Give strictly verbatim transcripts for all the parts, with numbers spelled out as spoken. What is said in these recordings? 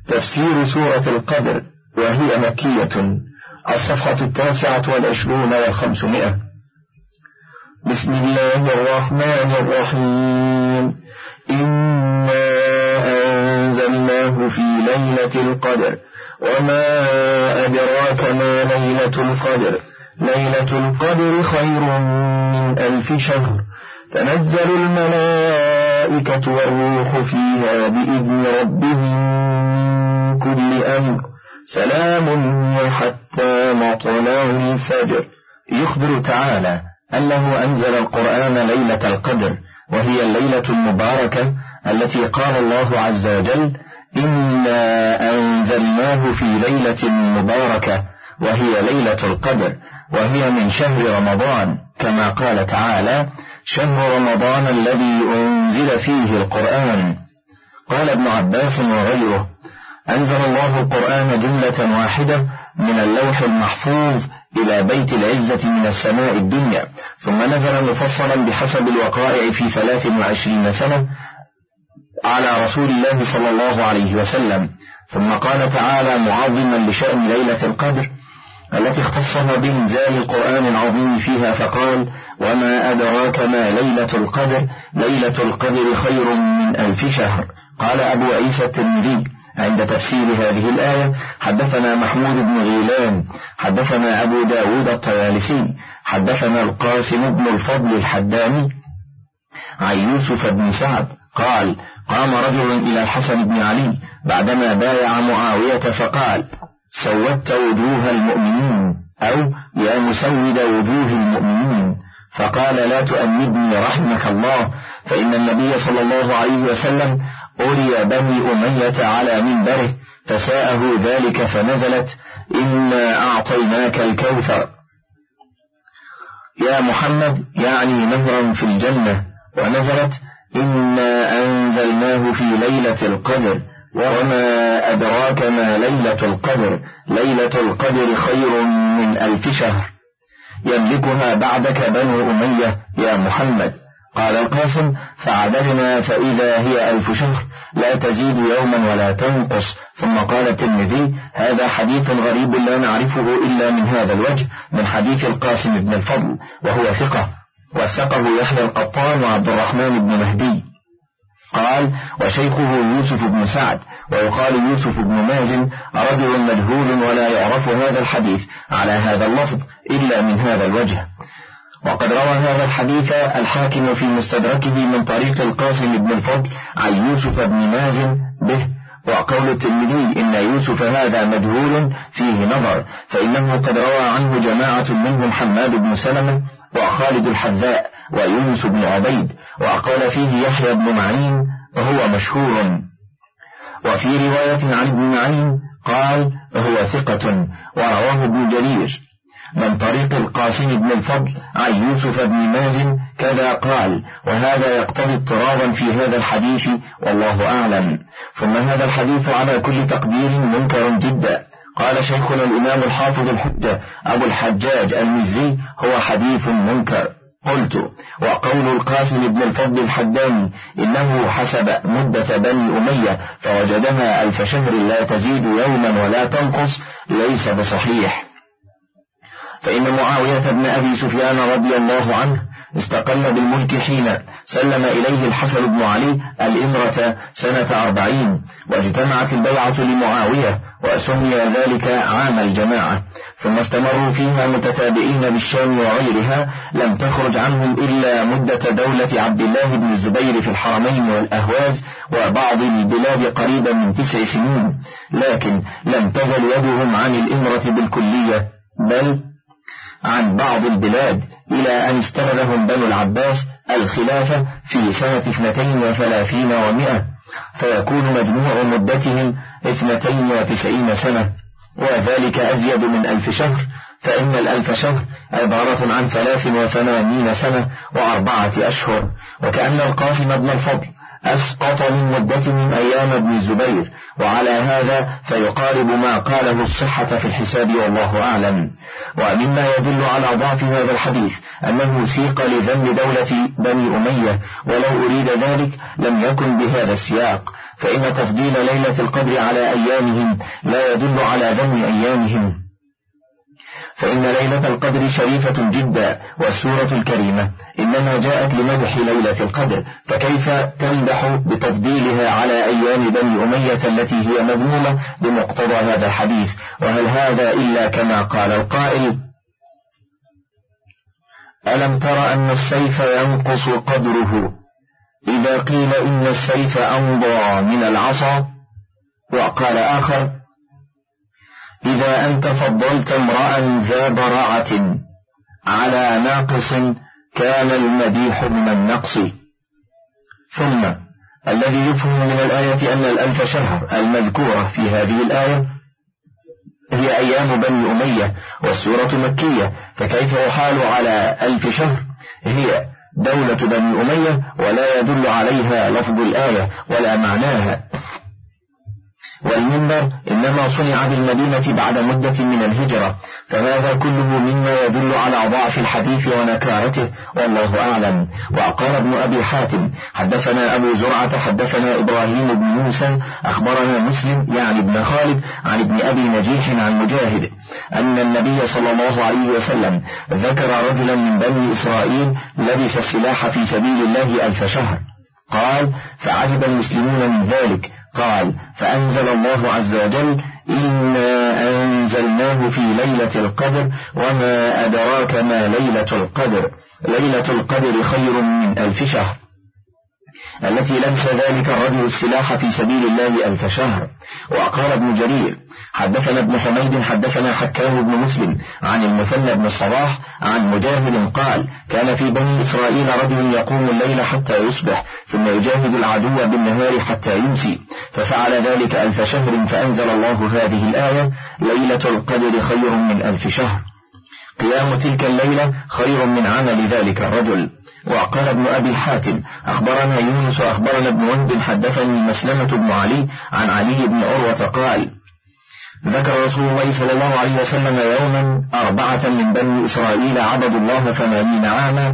تفسير سورة القدر، وهي مكية. الصفحة التاسعة والعشرون والخمسمائة. بسم الله الرحمن الرحيم. إنا أنزلناه في ليلة القدر، وما أدراك ما ليلة القدر. ليلة القدر خير من ألف شهر. تنزل الملائكة والروح فيها بإذن ربهم من كل أمر. سلام حتى مطلع الفجر. يخبر تعالى أنه أنزل القرآن ليلة القدر، وهي الليلة المباركة التي قال الله عز وجل: إنا أنزلناه في ليلة مباركة، وهي ليلة القدر، وهي من شهر رمضان، كما قال تعالى: شهر رمضان الذي أنزل فيه القرآن. قال ابن عباس وغيره: أنزل الله القرآن جملة واحدة من اللوح المحفوظ إلى بيت العزة من السماء الدنيا، ثم نزل مفصلا بحسب الوقائع في ثلاث وعشرين سنة على رسول الله صلى الله عليه وسلم. ثم قال تعالى معظما لشأن ليلة القدر التي اختصها بإنزال القرآن العظيم فيها فقال: وما أدراك ما ليلة القدر. ليلة القدر خير من ألف شهر. قال أبو عيسى الترمذي عند تفسير هذه الآية: حدثنا محمود بن غيلان حدثنا أبو داود الطيالسي حدثنا القاسم بن الفضل الحداني عن يوسف بن سعد قال: قام رجل إلى الحسن بن علي بعدما بايع معاوية فقال: سودت وجوه المؤمنين، أو يا مسود وجوه المؤمنين. فقال: لا تؤمدني رحمك الله، فإن النبي صلى الله عليه وسلم أري بني أمية على منبره فساءه ذلك، فنزلت: إنا أعطيناك الكوثر يا محمد، يعني نهرا في الجنة. ونزلت: إنا أنزلناه في ليلة القدر، وما أدراك ما ليلة القدر. ليلة القدر خير من ألف شهر. يملكها بعدك بنو أمية يا محمد. قال القاسم: فعددنا فإذا هي ألف شهر لا تزيد يوما ولا تنقص. ثم قال الترمذي: هذا حديث غريب لا نعرفه إلا من هذا الوجه، من حديث القاسم بن الفضل، وهو ثقة، وثقه يحيى القطان وعبد الرحمن بن مهدي. قال: وشيخه يوسف بن سعد، ويقال يوسف بن مازن، رجل مجهول ولا يعرف هذا الحديث على هذا اللفظ إلا من هذا الوجه. وقد روى هذا الحديث الحاكم في مستدركه من طريق القاسم بن الفضل عن يوسف بن مازن به. وقول الترمذي إن يوسف هذا مجهول فيه نظر، فإنه قد روى عنه جماعة منهم حماد بن سلمة وخالد الحذاء ويونس بن عبيد، وأقال فيه يحيى بن معين وهو مشهور. وفي رواية عن ابن معين قال: هو ثقة. ورواه ابن جرير من طريق القاسم بن الفضل عن يوسف بن مازن كذا قال، وهذا يقتضي اضطرابا في هذا الحديث والله أعلم. ثم هذا الحديث على كل تقدير منكر جدا. قال شيخنا الإمام الحافظ الحجة أبو الحجاج المزي: هو حديث منكر. قلت: وقول القاسم بن الفضل الحداني إنه حسب مدة بني أمية فوجدها ألف شهر لا تزيد يوما ولا تنقص ليس بصحيح، فإن معاوية بن أبي سفيان رضي الله عنه استقل بالملك حين سلم إليه الحسن بن علي الإمرة سنة أربعين، واجتمعت البيعة لمعاوية، وسمي ذلك عام الجماعة. ثم استمروا فيها متتابعين بالشام وغيرها، لم تخرج عنهم إلا مدة دولة عبد الله بن الزبير في الحرمين والأهواز وبعض البلاد قريبا من تسع سنين، لكن لم تزل يدهم عن الإمرة بالكلية، بل عن بعض البلاد، إلى أن استلمهم بنو العباس الخلافة في سنة اثنتين وثلاثين ومئة، فيكون مجموع مدتهم اثنتين وتسعين سنة، وذلك أزيد من ألف شهر، فإن الألف شهر عبارة عن ثلاث وثمانين سنة وأربعة أشهر. وكأن القاسم بن الفضل أسقط من مدتهم أيام ابن الزبير، وعلى هذا فيقارب ما قاله الصحة في الحساب والله أعلم. ومما يدل على ضعف هذا الحديث أنه سيق لذم دولة بني أمية، ولو أريد ذلك لم يكن بهذا السياق، فإن تفضيل ليلة القدر على أيامهم لا يدل على ذم أيامهم، فإن ليلة القدر شريفة جدا، والسورة الكريمة إنما جاءت لمدح ليلة القدر، فكيف تمدح بتفضيلها على أيام بني أمية التي هي مذمومة بمقتضى هذا الحديث؟ وهل هذا إلا كما قال القائل: ألم تر أن السيف ينقص قدره إذا قيل إن السيف أمضى من العصا؟ وقال آخر: إذا أنت فضلت امرأ ذا براعة على ناقص كان المديح من النقص. ثم الذي يفهم من الآية أن الألف شهر المذكورة في هذه الآية هي أيام بني أمية، والسورة مكية، فكيف يحال على ألف شهر هي دولة بني أمية ولا يدل عليها لفظ الآية ولا معناها؟ والمنبر إنما صنع بالمدينة بعد مدة من الهجرة، فهذا كله مما يدل على ضعف الحديث ونكارته، والله أعلم. وقال ابن أبي حاتم: حدثنا أبو زرعة حدثنا إبراهيم بن موسى أخبرنا مسلم يعني ابن خالد عن ابن أبي نجيح عن مجاهد أن النبي صلى الله عليه وسلم ذكر رجلا من بني إسرائيل لبس السلاح في سبيل الله ألف شهر. قال: فعجب المسلمون من ذلك. قال: فأنزل الله عز وجل: إنا أنزلناه في ليلة القدر وما أدراك ما ليلة القدر ليلة القدر خير من ألف شهر، التي لبس ذلك الرجل السلاح في سبيل الله ألف شهر. وقال ابن جرير: حدثنا ابن حميد حدثنا حكام بن مسلم عن المثنى بن الصباح عن مجاهد قال: كان في بني إسرائيل رجل يقوم الليل حتى يصبح ثم يجاهد العدو بالنهار حتى يمسي، ففعل ذلك ألف شهر، فأنزل الله هذه الآية: ليلة القدر خير من ألف شهر، قيام تلك الليلة خير من عمل ذلك الرجل. وقال ابن أبي حاتم: أخبرنا يونس أخبرنا ابن وهب حدثني مسلمة بن علي عن علي بن عروة قال: ذكر رسول الله صلى الله عليه وسلم يوما أربعة من بني إسرائيل عبدوا الله ثمانين عاما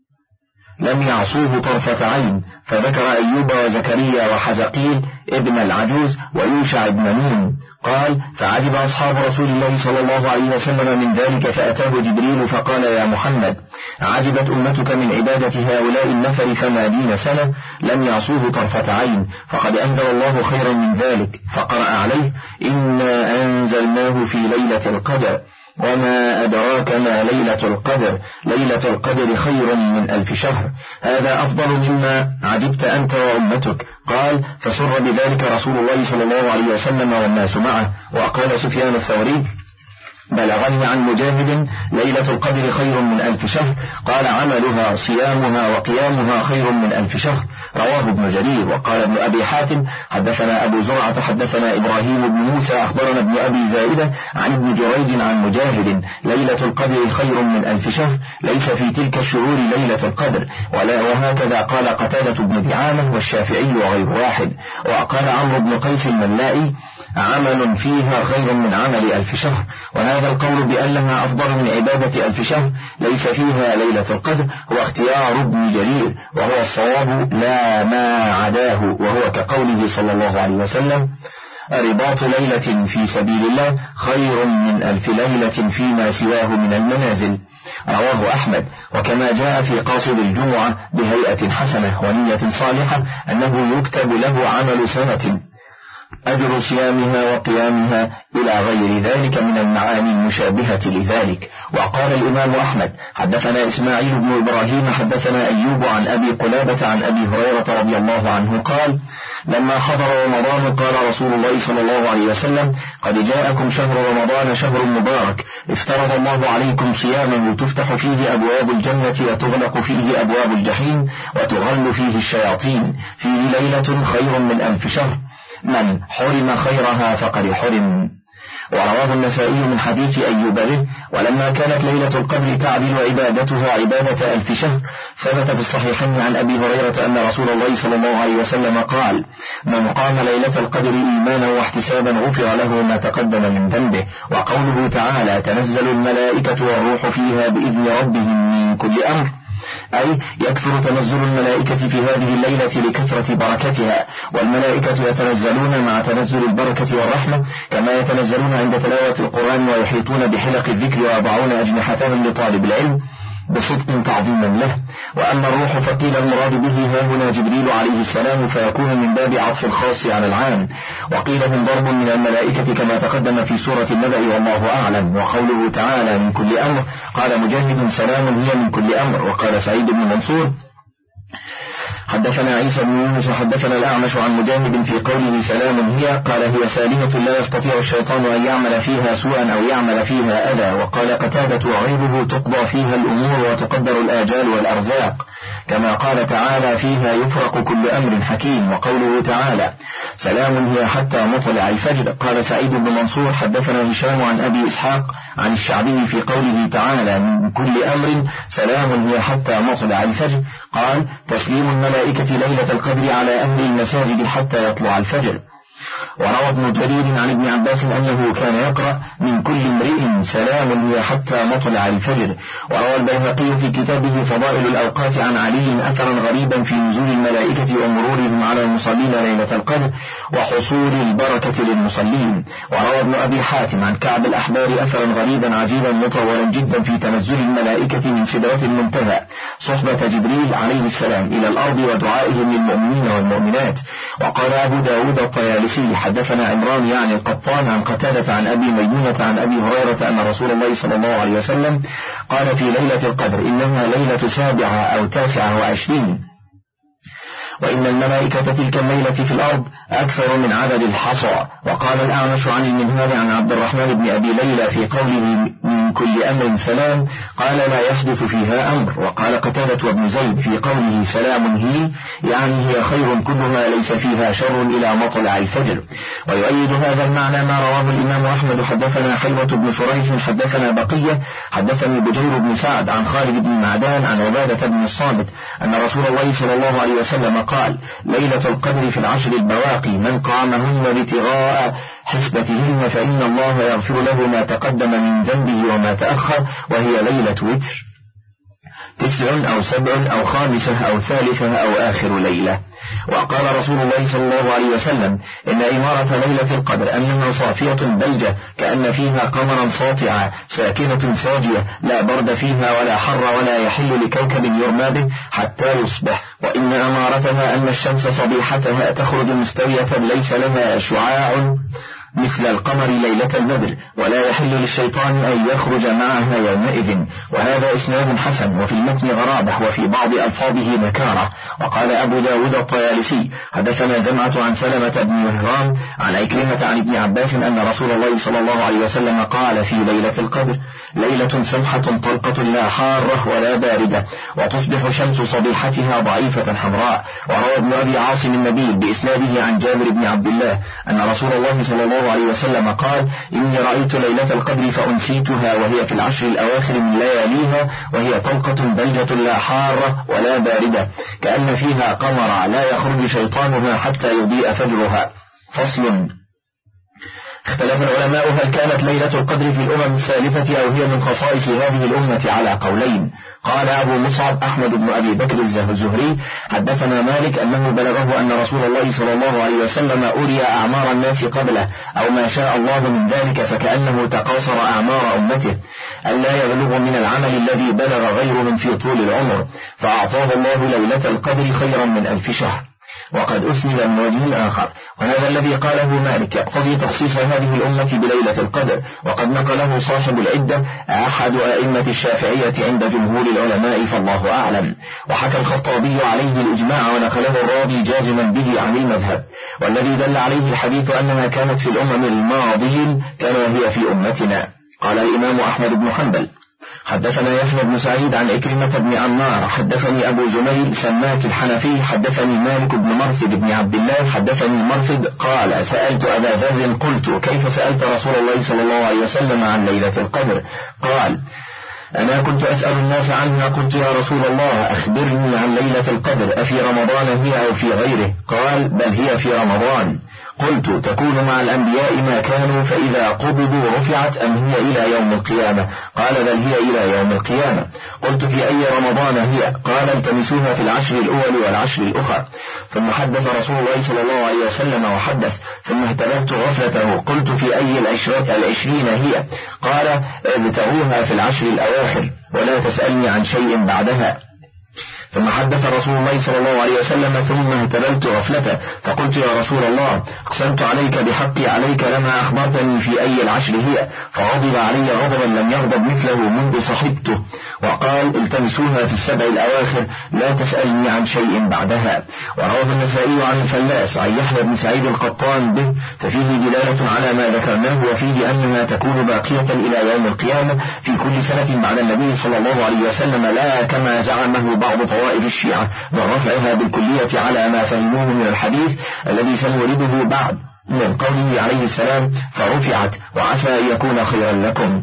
لم يعصوه طرفة عين، فذكر أيوب وزكريا وحزقيل ابن العجوز ويوشع بن نون. قال: فعجب أصحاب رسول الله صلى الله عليه وسلم من ذلك، فأتاه جبريل فقال: يا محمد، عجبت أمتك من عبادة هؤلاء النفر ثمانين سنة لم يعصوه طرفة عين، فقد أنزل الله خيرا من ذلك. فقرأ عليه: إنا أنزلناه في ليلة القدر وما أدراك ما ليلة القدر ليلة القدر خير من ألف شهر، هذا أفضل مما عجبت أنت وأمتك. قال: فسر بذلك رسول الله صلى الله عليه وسلم والناس معه. وقال سفيان الثوري: بلغني عن مجاهد ليلة القدر خير من ألف شهر، قال: عملها صيامها وقيامها خير من ألف شهر، رواه ابن جرير. وقال ابن أبي حاتم: حدثنا أبو زرعة حدثنا إبراهيم بن موسى أخبرنا ابن أبي زائدة عن ابن جريج عن مجاهد: ليلة القدر خير من ألف شهر، ليس في تلك الشهور ليلة القدر. ولا وهكذا قال قتادة بن دعامة والشافعي وغير واحد. وقال عمرو بن قيس الملائي: عمل فيها خير من عمل ألف شهر. وهذا القول بأنها أفضل من عبادة ألف شهر ليس فيها ليلة القدر هو اختيار ابن جرير، وهو الصواب لا ما عداه، وهو كقوله صلى الله عليه وسلم: رباط ليلة في سبيل الله خير من ألف ليلة فيما سواه من المنازل، رواه أحمد. وكما جاء في قاصد الجمعة بهيئة حسنة ونية صالحة أنه يكتب له عمل سنة أجر صيامها وقيامها إلى غير ذلك من المعاني المشابهة لذلك. وقال الإمام أحمد: حدثنا إسماعيل بن إبراهيم حدثنا أيوب عن أبي قلابة عن أبي هريرة رضي الله عنه قال: لما حضر رمضان قال رسول الله صلى الله عليه وسلم: قد جاءكم شهر رمضان شهر مبارك، افترض الله عليكم صيامه تفتح فيه أبواب الجنة وتغلق فيه أبواب الجحيم وتغل فيه الشياطين، فيه ليلة خير من ألف شهر، من حرم خيرها فقد حرم. ورواه النسائي من حديث أيوب به. ولما كانت ليلة القدر تعدل عبادتها عبادة ألف شهر، ثبت في الصحيحين عن أبي هريرة أن رسول الله صلى الله عليه وسلم قال: من قام ليلة القدر إيمانا واحتسابا غفر له ما تقدم من ذنبه. وقوله تعالى: تنزل الملائكة والروح فيها بإذن ربهم من كل أمر، أي يكثر تنزل الملائكة في هذه الليلة لكثرة بركتها، والملائكة يتنزلون مع تنزل البركة والرحمة كما يتنزلون عند تلاوة القرآن، ويحيطون بحلق الذكر ويضعون أجنحتهم لطالب العلم بصدق تعظيما له. وأما الروح فقيل المراد به ها هنا جبريل عليه السلام، فيكون من باب عطف الخاص على العام. وقيل من ضرب من الملائكة كما تقدم في سورة النبأ والله أعلم. وقوله تعالى: من كل أمر، قال مجاهد: سلام هي من كل أمر. وقال سعيد بن منصور: حدثنا عيسى بن يونس حدثنا الأعمش عن مجاهد في قوله سلام هي، قال: هي سالمة لا يستطيع الشيطان أن يعمل فيها سوءا أو يعمل فيها أذى. وقال قتادة وغيره: تقضى فيها الأمور وتقدر الآجال والأرزاق، كما قال تعالى: فيها يفرق كل أمر حكيم. وقوله تعالى: سلام هي حتى مطلع الفجر. قال سعيد بن منصور: حدثنا هشام عن أبي إسحاق عن الشعبي في قوله تعالى: من كل أمر سلام هي حتى مطلع الفجر، قال: تسليم الملائكة ليلة القدر على أهل المساجد حتى يطلع الفجر. وروى ابن جرير عن ابن عباس أنه كان يقرأ: من كل امرئ سلام هي حتى مطلع الفجر. وروى البيهقي في كتابه فضائل الأوقات عن علي أثرا غريبا في نزول الملائكة ومرورهم على المصلين ليلة القدر وحصول البركة للمصلين. وروى ابن أبي حاتم عن كعب الأحبار أثرا غريبا عجيبا مطولا جدا في تنزل الملائكة من سدرة المنتهى صحبة جبريل عليه السلام إلى الأرض ودعائهم للمؤمنين والمؤمنات. وقال أبو داود الطيالسي: حدثنا عمران يعني القطان عن قتادة عن أبي ميمونة عن أبي هريرة أن رسول الله صلى الله عليه وسلم قال في ليلة القدر: إنها ليلة سابعة أو تاسعة وعشرين، وإن الملائكة تلك الليلة في الأرض أكثر من عدد الحصى. وقال الأعمش عن المنهال عن عبد الرحمن بن أبي ليلى في قوله: من كل أمر سلام، قال: لا يحدث فيها أمر. وقال قتادة وابن زيد في قوله: سلام هي، يعني هي خير كلها ليس فيها شر إلى مطلع الفجر. ويؤيد هذا المعنى ما رواه الإمام أحمد: حدثنا حلوة بن شريح حدثنا بقية حدثني بجير بن سعد عن خالد بن معدان عن عبادة بن الصامت أن رسول الله صلى الله عليه وسلم قال: ليلة القدر في العشر البواقي، من قامهن ابتغاء حسبتهن فإن الله يغفر له ما تقدم من ذنبه وما تأخر، وهي ليلة وتر، تسع أو سبع أو خامسة أو ثالثة أو آخر ليلة. وقال رسول الله صلى الله عليه وسلم: إن إمارة ليلة القدر أنها صافية بلجة كأن فيها قمرا ساطعا ساكنة ساجية، لا برد فيها ولا حر ولا يحل لكوكب يرمى به حتى يصبح. وإن أمارتها أن الشمس صبيحتها تخرج مستوية ليس لها شعاع مثل القمر ليلة البدر، ولا يحل للشيطان أن يخرج معها يومئذ. وهذا إسناد حسن، وفي المتن غرابة، وفي بعض ألفاظه نكارة. وقال أبو داود الطيالسي: حدثنا زمعة عن سلمة بن مهران عن عكرمة عن ابن عباس أن رسول الله صلى الله عليه وسلم قال في ليلة القدر: ليلة سمحة طلقة لا حارة ولا باردة، وتصبح شمس صبيحتها ضعيفة حمراء. وروى ابن أبي عاصم النبيل بإسناده عن جابر بن عبد الله أن رسول الله صلى الله عليه وسلم قال: إني رأيت ليلة القدر فأنسيتها وهي في العشر الأواخر من لياليها، وهي طلقة بلجة لا حارة ولا باردة كأن فيها قمر لا يخرج شيطانها حتى يضيء فجرها. فصل. اختلف العلماء هل كانت ليلة القدر في الأمم السالفة أو هي من خصائص هذه الأمة على قولين. قال أبو مصعب أحمد بن أبي بكر الزهري: حدثنا مالك أنه بلغه أن رسول الله صلى الله عليه وسلم أري أعمار الناس قبله أو ما شاء الله من ذلك، فكأنه تقاصر أعمار أمته ألا يبلغ من العمل الذي بلغ غيرهم في طول العمر، فأعطاه الله ليلة القدر خيرا من ألف شهر. وقد أسند من وجه آخر، وهذا الذي قاله مالك يقتضي تخصيص هذه الأمة بليلة القدر، وقد نقله صاحب العدة أحد أئمة الشافعية عند جمهور العلماء، فالله أعلم. وحكى الخطابي عليه الإجماع ونقله الراضي جازما به عن المذهب، والذي دل عليه الحديث أنها كانت في الأمم الماضين كما هي في أمتنا. قال الإمام أحمد بن حنبل: حدثنا يحيى بن سعيد عن إكرمة بن عمار حدثني أبو جميل سماك الحنفي حدثني مالك بن مرثد بن عبد الله حدثني مرثد قال سألت أبا ذر قلت كيف سألت رسول الله صلى الله عليه وسلم عن ليلة القدر؟ قال أنا كنت أسأل الناس عنها. قلت يا رسول الله أخبرني عن ليلة القدر أفي رمضان هي أو في غيره؟ قال بل هي في رمضان. قلت تكون مع الأنبياء ما كانوا فإذا قبضوا رفعت أم هي إلى يوم القيامة؟ قال بل هي إلى يوم القيامة. قلت في أي رمضان هي؟ قال التمسوها في العشر الأول والعشر الأخر. ثم حدث رسول الله صلى الله عليه وسلم وحدث ثم اهتبت غفلته. قلت في أي العشرين هي؟ قال ابتغوها في العشر الأواخر ولا تسألني عن شيء بعدها. ثم حدث رسول الله صلى الله عليه وسلم ثم اهتبلت غفلته فقلت يا رسول الله أقسمت عليك بحقي عليك لما أخبرتني في أي العشر هي؟ فغضب علي غضبا لم يغضب مثله منذ صحبته وقال التمسوها في السبع الأواخر لا تسألني عن شيء بعدها. ورواه النسائي عن الفلاس عن يحيى بن سعيد القطان به ففيه دلالة على ما ذكرناه وفيه أنها تكون باقية إلى يوم القيامة في كل سنة بعد النبي صلى الله عليه وسلم لا كما زعمه بعض طوائف الشيعة ورفعها بالكلية على ما فهموه من الحديث الذي سنورده بعد من قوله عليه السلام فرفعت وعسى أن يكون خيرا لكم،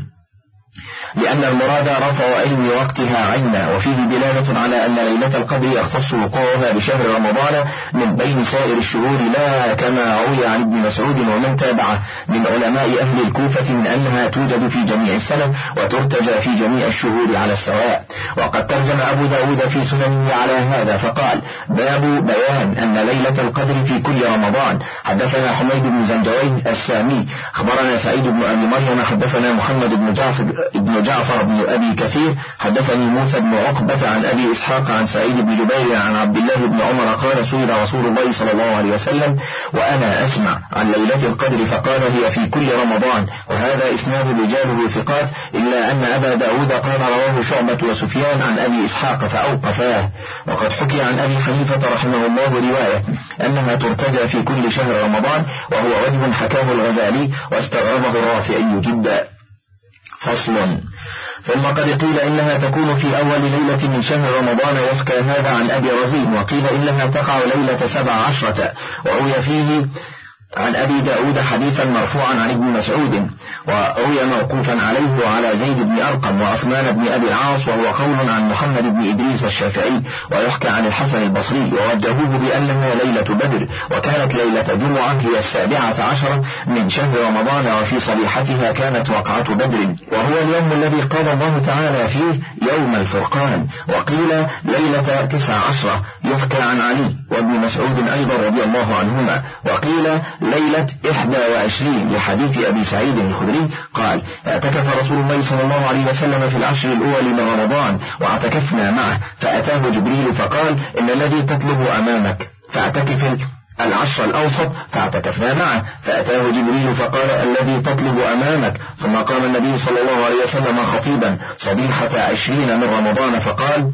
لأن المراد رفع علم وقتها عينا. وفيه دلالة على أن ليلة القدر يختص وقوعها بشهر رمضان من بين سائر الشهور لا كما روي عن ابن مسعود ومن تابعه من علماء أهل الكوفة من أنها توجد في جميع السنة وترتجى في جميع الشهور على السواء. وقد ترجم أبو داود في سننه على هذا فقال باب بيان أن ليلة القدر في كل رمضان. حدثنا حميد بن زنجوي السامي أخبرنا سعيد بن أبي مريم حدثنا محمد بن جعفر بن جعفر بن أبي كثير حدثني موسى بن عقبة عن أبي إسحاق عن سعيد بن جبير عن عبد الله بن عمر قال سئل رسول الله صلى الله عليه وسلم وأنا أسمع عن ليلة القدر فقال هي في كل رمضان. وهذا إسناد رجاله ثقات إلا أن أبا داود قال رواه شعبة وسفيان عن أبي إسحاق فأوقفاه. وقد حكي عن أبي حنيفة رحمه الله رواية أنها ترتجى في كل شهر رمضان وهو وجه حكاه الغزالي واستغربه الرافعي جدا. فصل. ثم قد قيل إنها تكون في أول ليلة من شهر رمضان يحكى هذا عن أبي رزين وقيل إنها تقع ليلة سبع عشرة وروي فيه عن أبي داود حديثا مرفوعا عن ابن مسعود وروي موقوفا عليه وعلى زيد بن أرقم وعثمان بن أبي العاص وهو قول عن محمد بن إدريس الشافعي ويحكى عن الحسن البصري ووجهوه بأنها ليلة بدر وكانت ليلة جمعة هي السابعة عشرة من شهر رمضان وفي صبيحتها كانت وقعة بدر وهو اليوم الذي قال الله تعالى فيه يوم الفرقان. وقيل ليلة تسع عشرة يحكى عن علي وابن مسعود أيضا رضي الله عنهما. وقيل ليلة إحدى وعشرين لحديث أبي سعيد الخدري قال اعتكف رسول الله صلى الله عليه وسلم في العشر الأول من رمضان واعتكفنا معه فأتاه جبريل فقال إن الذي تطلب أمامك فاعتكف العشر الأوسط فاعتكفنا معه فأتاه جبريل فقال الذي تطلب أمامك. ثم قام النبي صلى الله عليه وسلم خطيبا صبيحة عشرين من رمضان فقال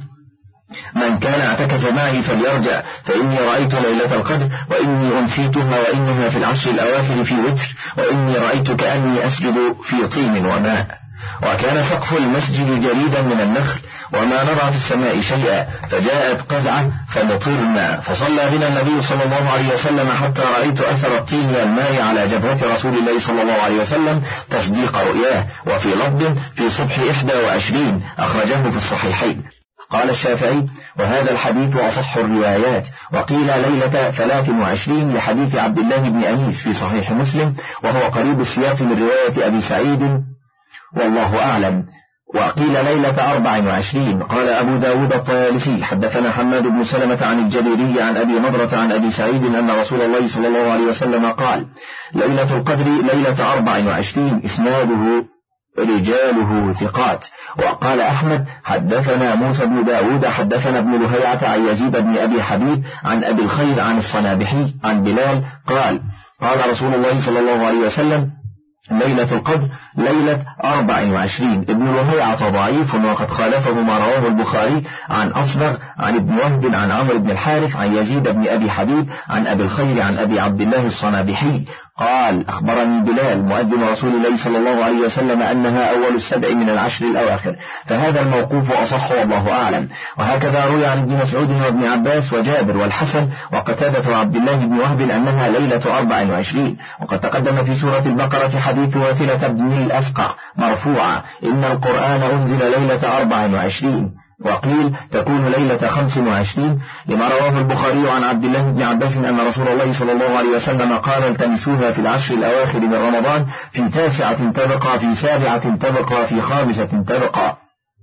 من كان اعتكف معي فليرجع فإني رأيت ليلة القدر وإني أنسيتها وإنها في العشر الأواخر في وتر وإني رأيت كأني أسجد في طين وماء. وكان سقف المسجد جريدا من النخل وما نرى في السماء شيئا فجاءت قزعة فمطرنا فصلى بنا النبي صلى الله عليه وسلم حتى رأيت أثر الطين والماء على جبهة رسول الله صلى الله عليه وسلم تصديق رؤياه. وفي لفظ في صبح إحدى وعشرين أخرجه في الصحيحين. قال الشافعي وهذا الحديث أصح الروايات. وقيل ليلة ثلاث وعشرين لحديث عبد الله بن أنيس في صحيح مسلم وهو قريب السياق من رواية أبي سعيد والله أعلم. وقيل ليلة أربع وعشرين. قال أبو داود الطيالسي حدثنا حماد بن سلمة عن الجريري عن أبي نضرة عن أبي سعيد أن رسول الله صلى الله عليه وسلم قال ليلة القدر ليلة أربع وعشرين إسناده رجاله ثقات. وقال أحمد حدثنا موسى بن داود حدثنا ابن لهيعة عن يزيد بن أبي حبيب عن أبي الخير عن الصنابحي عن بلال قال قال رسول الله صلى الله عليه وسلم ليلة القدر ليلة أربع وعشرين. ابن لهيعة ضعيف وقد خالفه ما رواه البخاري عن أصبغ عن ابن وهب عن عمرو بن الحارث عن يزيد بن أبي حبيب عن أبي الخير عن أبي عبد الله الصنابحي قال أخبرني بلال مؤذن رسول الله صلى الله عليه وسلم أنها أول السبع من العشر الأواخر، فهذا الموقوف أصح والله أعلم. وهكذا روي عن ابن مسعود وابن عباس وجابر والحسن وقتادة وعبد الله بن وهب أنها ليلة أربع وعشرين. وقد تقدم في سورة البقرة حديث واثلة بن الأسقع مرفوعا إن القرآن أنزل ليلة أربع وعشرين، وقيل تكون ليلة خمس وعشرين لما رواه البخاري عن عبد الله بن عباس أن رسول الله صلى الله عليه وسلم قال التمسوها في العشر الأواخر من رمضان في تاسعة تبقى في سابعة تبقى في خامسة تبقى.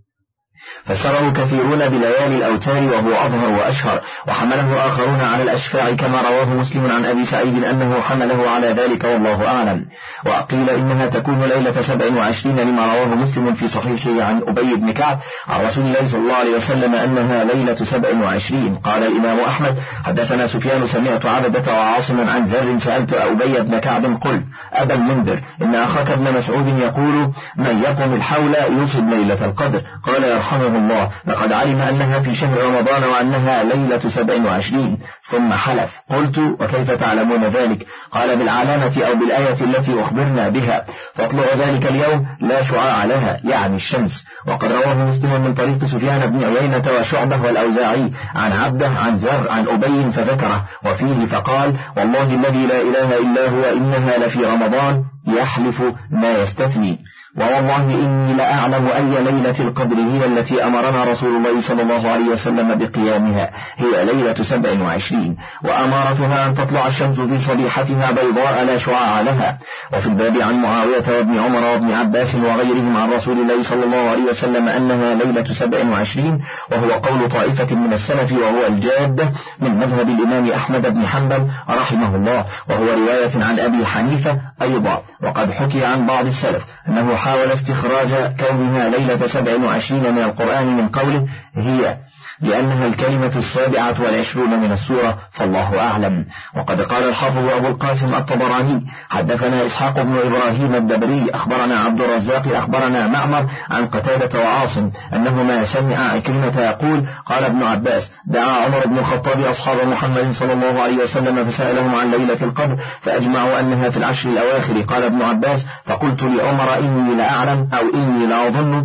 فسره كثيرون بليالي الأوتار وهو أظهر وأشهر، وحمله آخرون على الأشفاع كما رواه مسلم عن أبي سعيد أنه حمله على ذلك والله أعلم. وقيل إنها تكون ليلة سبع وعشرين لما رواه مسلم في صحيحه عن أبي بن كعب عن رسول الله صلى الله عليه وسلم أنها ليلة سبع وعشرين. قال الإمام أحمد حدثنا سفيان سمعت عبدة وعاصما عن زر سألت أبي بن كعب قلت أبا المنذر إن أخاك ابن مسعود يقول من يقوم الحول يصب ليلة القدر، قال يرحمه الله لقد علم أنها في شهر رمضان وأنها ليلة سبع وعشرين، ثم حلف. قلت وكيف تعلمون ذلك؟ قال بالعلامة أو بالآية التي أخبرنا بها، فاطلع ذلك اليوم لا شعاع لها يعني الشمس. وقد رواه مسلم من طريق سفيان بن عيينة وشعبة والأوزاعي عن عبده عن زر عن أبي فذكره وفيه فقال والله الذي لا إله إلا هو إنها لفي رمضان يحلف ما يستثني. ووالله إني لأعلم أي ليلة القدر هي التي أمرنا رسول الله صلى الله عليه وسلم بقيامها، هي ليلة سبع وعشرين، وأمارتها أن تطلع الشمس في صبيحتها بيضاء لا شعاع لها. وفي الباب عن معاوية وابن عمر وابن عباس وغيرهم عن رسول الله صلى الله عليه وسلم أنها ليلة سبع وعشرين، وهو قول طائفة من السلف وهو الجاد من مذهب الإمام أحمد بن حنبل رحمه الله، وهو رواية عن أبي حنيفة أيضا. وقد حكي عن بعض السلف أنه حاول استخراج كونها ليلة سبع وعشرين من القرآن من قوله هي لأنها الكلمة السابعة والعشرون من السورة، فالله أعلم. وقد قال الحافظ أبو القاسم الطبراني حدثنا إسحاق بن إبراهيم الدبري أخبرنا عبد الرزاق أخبرنا معمر عن قتادة وعاصم أنهما سمع عكرمة يقول قال ابن عباس دعا عمر بن الخطاب أصحاب محمد صلى الله عليه وسلم فسألهم عن ليلة القدر فأجمعوا أنها في العشر الأواخر. قال ابن عباس فقلت لعمر إني لأعلم أو إني لأظن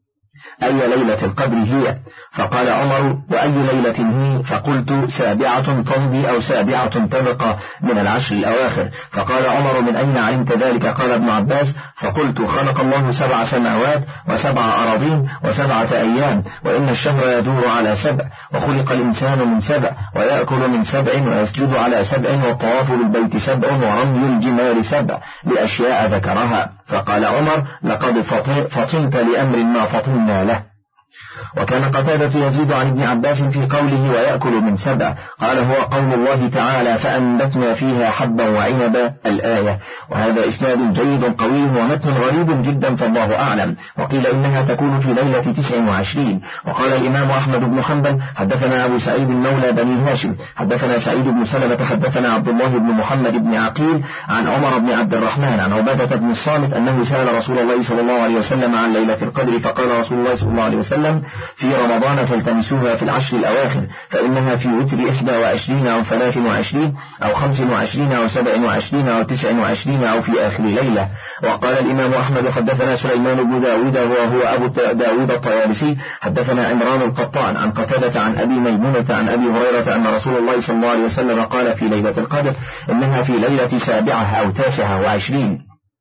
أي ليلة القدر هي، فقال عمر وأي ليلة هي؟ فقلت سابعة تمضي أو سابعة تبقى من العشر الأواخر. فقال عمر من أين علمت ذلك؟ قال ابن عباس فقلت خلق الله سبع سماوات وسبع أراضين وسبعة أيام، وإن الشهر يدور على سبع، وخلق الإنسان من سبع، ويأكل من سبع ويسجد على سبع، والطواف بالبيت سبع، ورمي الجمال سبع، لأشياء ذكرها. فقال عمر لقد فطنت لأمر ما فطنا له. وكان قتادة يزيد عن ابن عباس في قوله ويأكل من سبع قال هو قول الله تعالى فأنبتنا فيها حبا وعنبا الآية. وهذا إسناد جيد قوي ومتن غريب جدا فالله أعلم. وقيل إنها تكون في ليلة تسع وعشرين. وقال الإمام أحمد بن حنبل حدثنا أبو سعيد مولى بني هاشم حدثنا سعيد بن سلمة حدثنا عبد الله بن محمد بن عقيل عن عمر بن عبد الرحمن عن عبادة بن الصامت أنه سأل رسول الله صلى الله عليه وسلم عن ليلة القدر فقال رسول الله صلى الله عليه وسلم في رمضان فالتمسوها في العشر الأواخر فإنها في وتر إحدى وعشرين أو ثلاث وعشرين أو خمس وعشرين أو سبع وعشرين أو تسع وعشرين أو في آخر ليلة. وقال الإمام أحمد حدثنا سليمان بن داود وهو أبو داود الطيالسي حدثنا عمران القطان عن قتادة عن أبي ميمونة عن أبي هريرة أن رسول الله صلى الله عليه وسلم قال في ليلة القدر إنها في ليلة سابعة أو تاسعة وعشرين،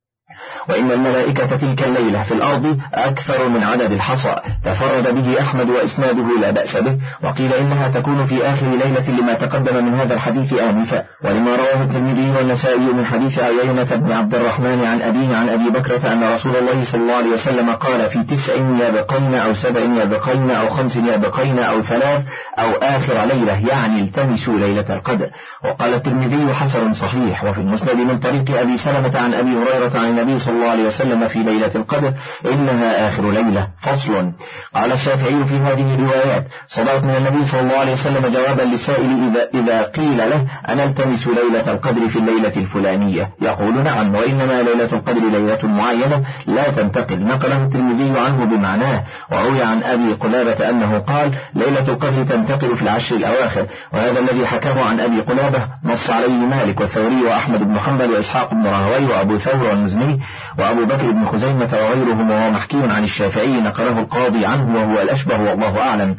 وإن الملائكة تلك الليلة في الأرض أكثر من عدد الحصى. تفرد به أحمد وإسناده لا بأس به. وقيل إنها تكون في آخر ليلة لما تقدم من هذا الحديث آنفا، ولما رواه الترمذي والنسائي من حديث عيينة بن عبد الرحمن عن أبيه عن أبي بكرة أن رسول الله صلى الله عليه وسلم قال في تسع يبقين أو سبع يبقين أو خمس يبقين أو ثلاث أو آخر ليلة يعني التمسوا ليلة القدر. وقال الترمذي حسن صحيح. وفي المسند من طريق أبي سلمة عن أبي هريرة عن النبي صلى صلى الله عليه وسلم في ليلة القدر إنها آخر ليلة. فصل. قال الشافعي في هذه الروايات: صدرت من النبي صلى الله عليه وسلم جوابا للسائل إذا, إذا قيل له: أنا التمس ليلة القدر في الليلة الفلانية؟ يقول: نعم، وإنما ليلة القدر ليلة معينة لا تنتقل. نقله الترمذي عنه بمعناه. وروي عن أبي قلابة أنه قال: ليلة القدر تنتقل في العشر الأواخر. وهذا الذي حكاه عن أبي قلابة نص عليه مالك والثوري وأحمد بن حنبل وإسحاق بن راهويه وأبو ثور والمزني وأبو بكر بن خزيمة وغيرهم، وهو محكي عن الشافعي نقله القاضي عنه وهو الأشبه والله أعلم.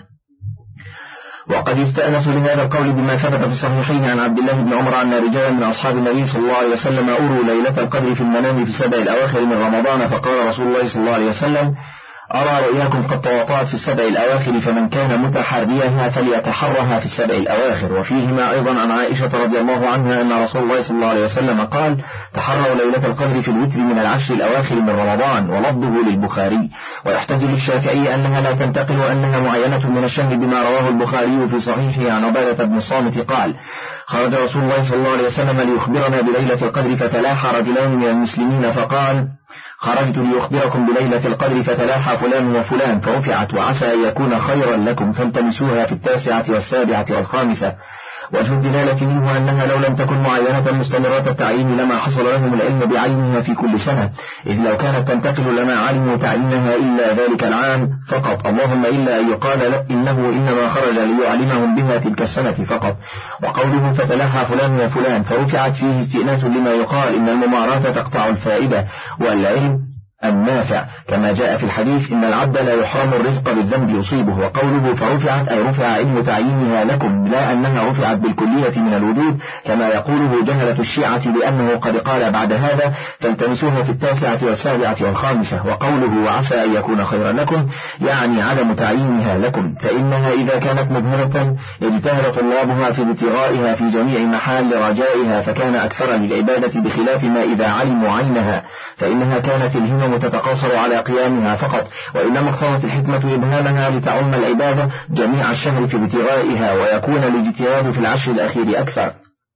وقد يستأنس لهذا القول بما ثبت في الصحيحين عن عبد الله بن عمر أن رجالا من أصحاب النبي صلى الله عليه وسلم أروا ليلة القدر في المنام في السبع الأواخر من رمضان، فقال رسول الله صلى الله عليه وسلم: أرى رؤياكم قد تواطأت في السبع الأواخر، فمن كان متحريها فليتحرها في السبع الأواخر. وفيهما أيضا عن عائشة رضي الله عنها أن رسول الله صلى الله عليه وسلم قال: تحروا ليلة القدر في الوتر من العشر الأواخر من رمضان، ولفظه للبخاري. ويحتج للشافعي أنها لا تنتقل وأنها معينة من الشهر بما رواه البخاري في صحيحه عن عبادة بن الصامت قال: خرج رسول الله صلى الله عليه وسلم ليخبرنا بليلة القدر، فتلاحى رجلان من المسلمين فقال: خرجت ليخبركم بليلة القدر فتلاحى فلان وفلان فرفعت، وعسى أن يكون خيرا لكم فالتمسوها في التاسعة والسابعة والخامسة. وجه الدلالة منه أنها لو لم تكن معينة مستمرة التعيين لما حصل لهم العلم بعينها في كل سنة، إذ لو كانت تنتقل لما علموا تعيينها إلا ذلك العام فقط، اللهم إلا أن يقال إنه إنما خرج ليعلمهم بها تلك السنة فقط. وقوله فتلاحى فلان وفلان فرفعت فيه استئناس لما يقال إن المماراة تقطع الفائدة والعلم النافع، كما جاء في الحديث: إن العبد لا يحرم الرزق بالذنب يصيبه. وقوله فرفعت أي رفع علم تعيينها لكم، لا أنها رفعت بالكلية من الوجود كما يقوله جهلة الشيعة، لأنه قد قال بعد هذا: فالتمسوها في التاسعة والسابعة والخامسة. وقوله وعسى أن يكون خيرا لكم يعني عدم تعيينها لكم، فإنها إذا كانت مبهرة اجتهد طلابها في ابتغائها في جميع محال رجائها، فكان أكثر للعبادة، بخلاف ما إذا علموا عينها فإنها كانت الهمم تتقاصر على قيامها فقط، وإنما اقتضت الحكمة إبهامها لتعم العبادة جميع الشهر في ابتغائها، ويكون الاجتهاد في العشر الأخير أكثر.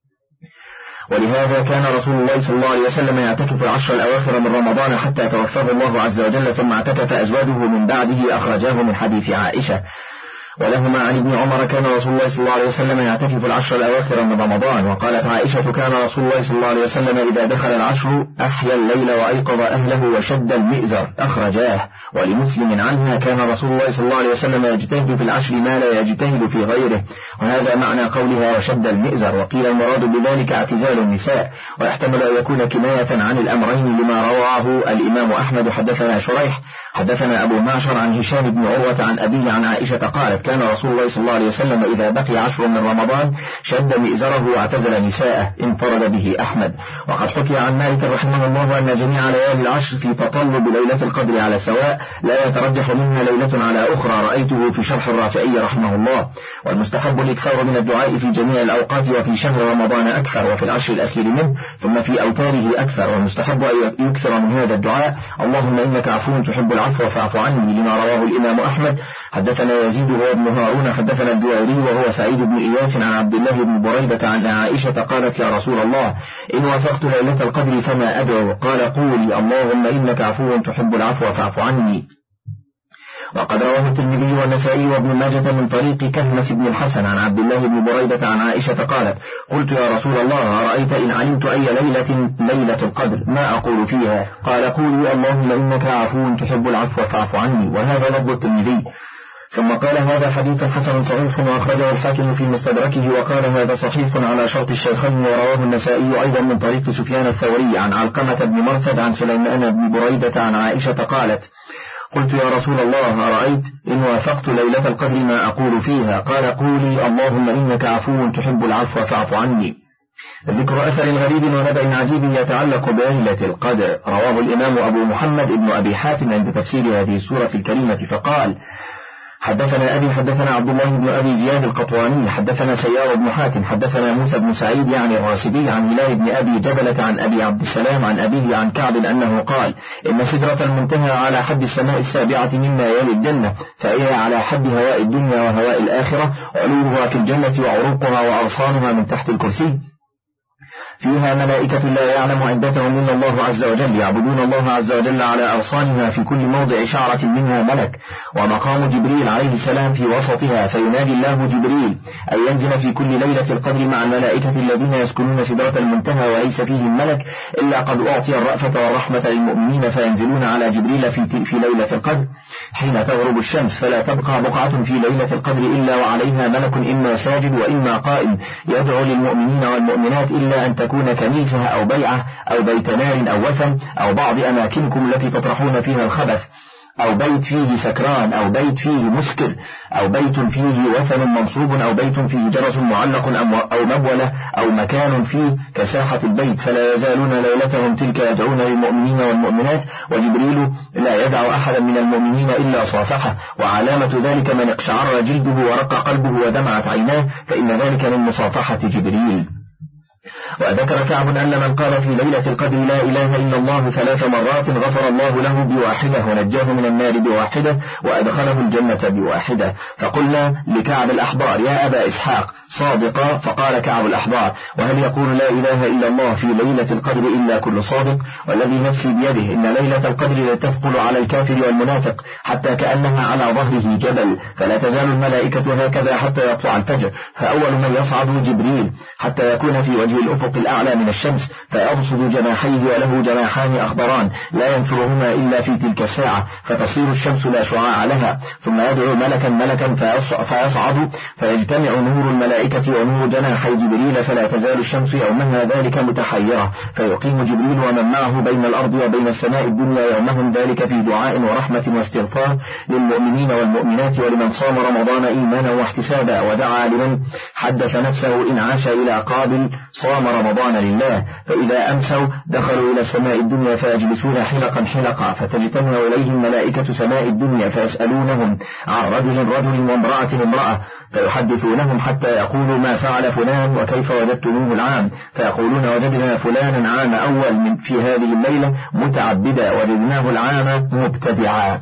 ولهذا كان رسول الله صلى الله عليه وسلم يعتكف العشر الأواخر من رمضان حتى توفاه الله عز وجل، ثم اعتكف أزواجه من بعده، أخرجاه من حديث عائشة. ولهما عن ابن عمر كان رسول الله صلى الله عليه وسلم يعتكف العشر الأواخر من رمضان. وقالت عائشة كان رسول الله صلى الله عليه وسلم إذا دخل العشر أحيا الليل وأيقظ أهله وشد المئزر، أخرجاه. ولمسلم عنها كان رسول الله صلى الله عليه وسلم يجتهد في العشر ما لا يجتهد في غيره، وهذا معنى قولها وشد المئزر. وقيل المراد بذلك اعتزال النساء، ويحتمل أن يكون كناية عن الأمرين لما رواه الإمام أحمد. حدثنا شريح حدثنا أبو معشر عن هشام بن عروة عن أبيه عن عائشة قالت: كان رسول الله صلى الله عليه وسلم إذا بقي عشر من رمضان شد مئزره واعتزل نساءه، انفرد به أحمد. وقد حكي عن مالك رحمه الله أن جميع ليالي العشر في تطلب ليلة القدر على سواء، لا يترجح منها ليلة على أخرى، رأيته في شرح الرافعي رحمه الله. والمستحب الإكثار من الدعاء في جميع الأوقات، وفي شهر رمضان أكثر، وفي العشر الأخير منه، ثم في أوتاره أكثر. والمستحب أن يكثر من هذا الدعاء: اللهم إنك عفو تحب العفو فاعف عني، لما رواه الإمام أحمد. حدثنا يزيد هو ابن هارون حدثنا الجويري وهو سعيد بن إياس عن عبد الله بن بريدة عن عائشة قالت: يا رسول الله إن وافقت ليلة القدر فما أدعو؟ قال: قولي اللهم إنك عفو تحب العفو فاعف عني. وقد رواه الترمذي والنسائي وابن ماجة من طريق كهمس بن الحسن عن عبد الله بن بريدة عن عائشة قالت: قلت يا رسول الله أرأيت إن علمت أي ليلة ليلة القدر ما أقول فيها؟ قال: قولي اللهم إنك عفو تحب العفو فاعف عني. وهذا لفظ الترمذي. ثم قال: هذا حديث حسن صحيح، وأخرجه الحاكم في مستدركه، وقال هذا صحيح على شرط الشيخين. ورواه النسائي أيضا من طريق سفيان الثوري عن علقمة بن مرثد عن سليمان بن بريدة عن عائشة قالت: قلت يا رسول الله أرأيت إن وافقت ليلة القدر ما أقول فيها؟ قال: قولي اللهم إنك عفو تحب العفو فاعف عني. ذكر أثر غريب ونبأ عجيب يتعلق بليلة القدر رواه الإمام أبو محمد ابن أبي حاتم عند تفسير هذه السورة الكريمة فقال: حدثنا أبي حدثنا عبد الله بن أبي زياد القطواني حدثنا سيار بن حاتم حدثنا موسى بن سعيد يعني الراسبي عن هلال بن أبي جبلة عن أبي عبد السلام عن أبيه عن كعب أنه قال: إن سدرة المنتهى على حد السماء السابعة مما يلي الجنة، فهي على حد هواء الدنيا وهواء الآخرة، علوها في الجنة وعروقها وأغصانها من تحت الكرسي. فيها ملائكة لا يعلم عدتهم إلا الله عز وجل، يعبدون الله عز وجل على أغصانها، في كل موضع شعرة منها ملك. ومقام جبريل عليه السلام في وسطها، فينادي الله جبريل أن ينزل في كل ليلة القدر مع الملائكة الذين يسكنون سدرة المنتهى، وليس فيهم ملك إلا قد أعطي الرأفة والرحمة للمؤمنين، فينزلون على جبريل في, في ليلة القدر حين تغرب الشمس، فلا تبقى بقعة في ليلة القدر إلا وعليها ملك إما ساجد وإما قائم يدعو للمؤمنين والمؤمنات، إلا أن تكون كنيسة أو بيعة أو بيت نار أو وثن أو بعض أماكنكم التي تطرحون فيها الخبث، أو بيت فيه سكران، أو بيت فيه مسكر، أو بيت فيه وثن منصوب، أو بيت فيه جرس معلق أو مبولة، أو مكان فيه كساحة البيت، فلا يزالون ليلتهم تلك يدعون للمؤمنين والمؤمنات، وجبريل لا يدع أحدا من المؤمنين إلا صافحه، وعلامة ذلك من اقشعر جلده ورق قلبه ودمعت عيناه، فإن ذلك من مصافحة جبريل. وذكر كعب أن من قال في ليلة القدر لا إله إلا الله ثلاث مرات غفر الله له بواحدة، ونجاه من النار بواحدة، وأدخله الجنة بواحدة. فقلنا لكعب الأحبار يا أبا إسحاق صادقا؟ فقال كعب الأحبار وهل يقول لا إله إلا الله في ليلة القدر إلا كل صادق؟ والذي نفسي بيده إن ليلة القدر تثقل على الكافر والمنافق حتى كأنها على ظهره جبل، فلا تزال الملائكة هكذا حتى يطلع الفجر، فأول من يصعد جبريل حتى يكون في وجه الأفق الأعلى من الشمس، فيبسط جناحيه وله جناحان أخضران لا ينشرهما إلا في تلك الساعة، فتصير الشمس لا شعاع لها، ثم يدعو ملكا ملكا فيصعد فيجتمع نور الملائكة ونور جناحي جبريل، فلا تزال الشمس يومها ذلك متحيرة، فيقيم جبريل ومن معه بين الأرض وبين السماء الدنيا يومهم ذلك في دعاء ورحمة واستغفار للمؤمنين والمؤمنات، ولمن صام رمضان إيمانا واحتسابا، ودعا لمن حدث نفسه إن عاش إلى قابل صام رمضان لله. فإذا أمسوا دخلوا إلى السماء الدنيا فيجلسون حلقا حلقا، فتجتمع إليهم ملائكة سماء الدنيا فيسألونهم عن رجل رجل وامرأة امرأة، فيحدثونهم حتى يقولوا ما فعل فلان وكيف وجدتموه العام، فيقولون وجدنا فلانا عام أول من في هذه الليلة متعبدا، وجدناه العام مبتدعا،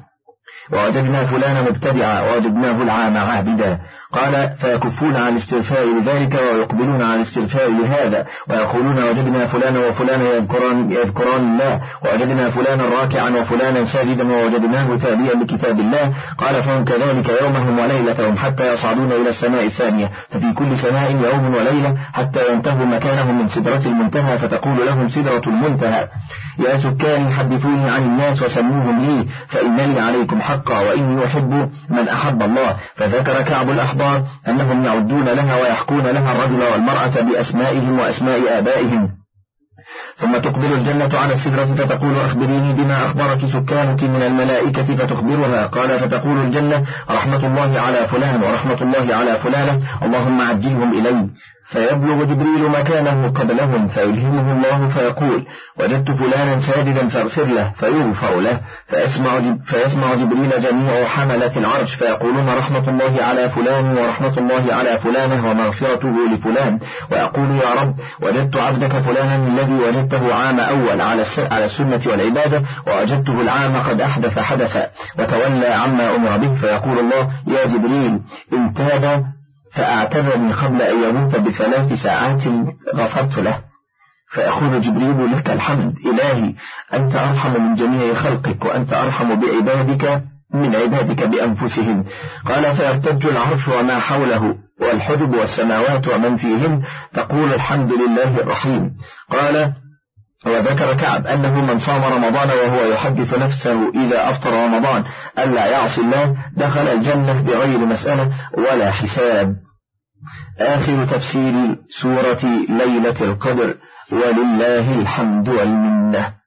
ووجدنا فلانا مبتدعا ووجدناه العام عابدا. قال فيكفون عن الاستغفار لذلك ويقبلون عن الاستغفار لهذا، ويقولون وجدنا فلانا وفلانا يذكران, يذكران الله، ووجدنا فلانا راكعا وفلانا ساجدا ووجدناه تاليا لكتاب الله. قال فهم كذلك يومهم وليلتهم حتى يصعدون إلى السماء الثانية، ففي كل سماء يوم وليلة حتى ينتهوا مكانهم من سدرة المنتهى، فتقول لهم سدرة المنتهى يا سكان حدثوني عن الناس وسموهم لي، فإنني عليكم حقا وإني أحب من أحب الله. فذكر كعب الأحبار أنهم يعدون لها ويحكون لها الرجل والمرأة بأسمائهم وأسماء آبائهم، ثم تقبل الجنة على السدرة فتقول أخبريني بما أخبرك سكانك من الملائكة، فتخبرها. قال فتقول الجنة رحمة الله على فلان ورحمة الله على فلانة، اللهم عجلهم إلي. فيبلغ جبريل مكانه قبلهم فيلهمه الله فيقول وجدت فلانا ساجدا فاغفر له، فيغفر له. فيسمع, جب فيسمع جبريل جميع حملة العرش فيقولون رحمة الله على فلان ورحمة الله على فلانة ومغفرته لفلان، ويقول يا رب وجدت عبدك فلانا الذي وجدته عام أول على السنة والعبادة، ووجدته العام قد أحدث حدثا وتولى عما أمر به، فيقول الله يا جبريل إن تاب فأعتذر من قبل أن يموت بثلاث ساعات غفرت له. فيقول جبريل لك الحمد إلهي، أنت أرحم من جميع خلقك، وأنت أرحم بعبادك من عبادك بأنفسهم. قال فيرتج العرش وما حوله والحجب والسماوات ومن فيهن، تقول الحمد لله الرحيم. قال وذكر كعب أنه من صام رمضان وهو يحدث نفسه إذا أفطر رمضان ألا يعصي الله دخل الجنة بغير مسألة ولا حساب. آخر تفسير سورة ليلة القدر، ولله الحمد والمنة.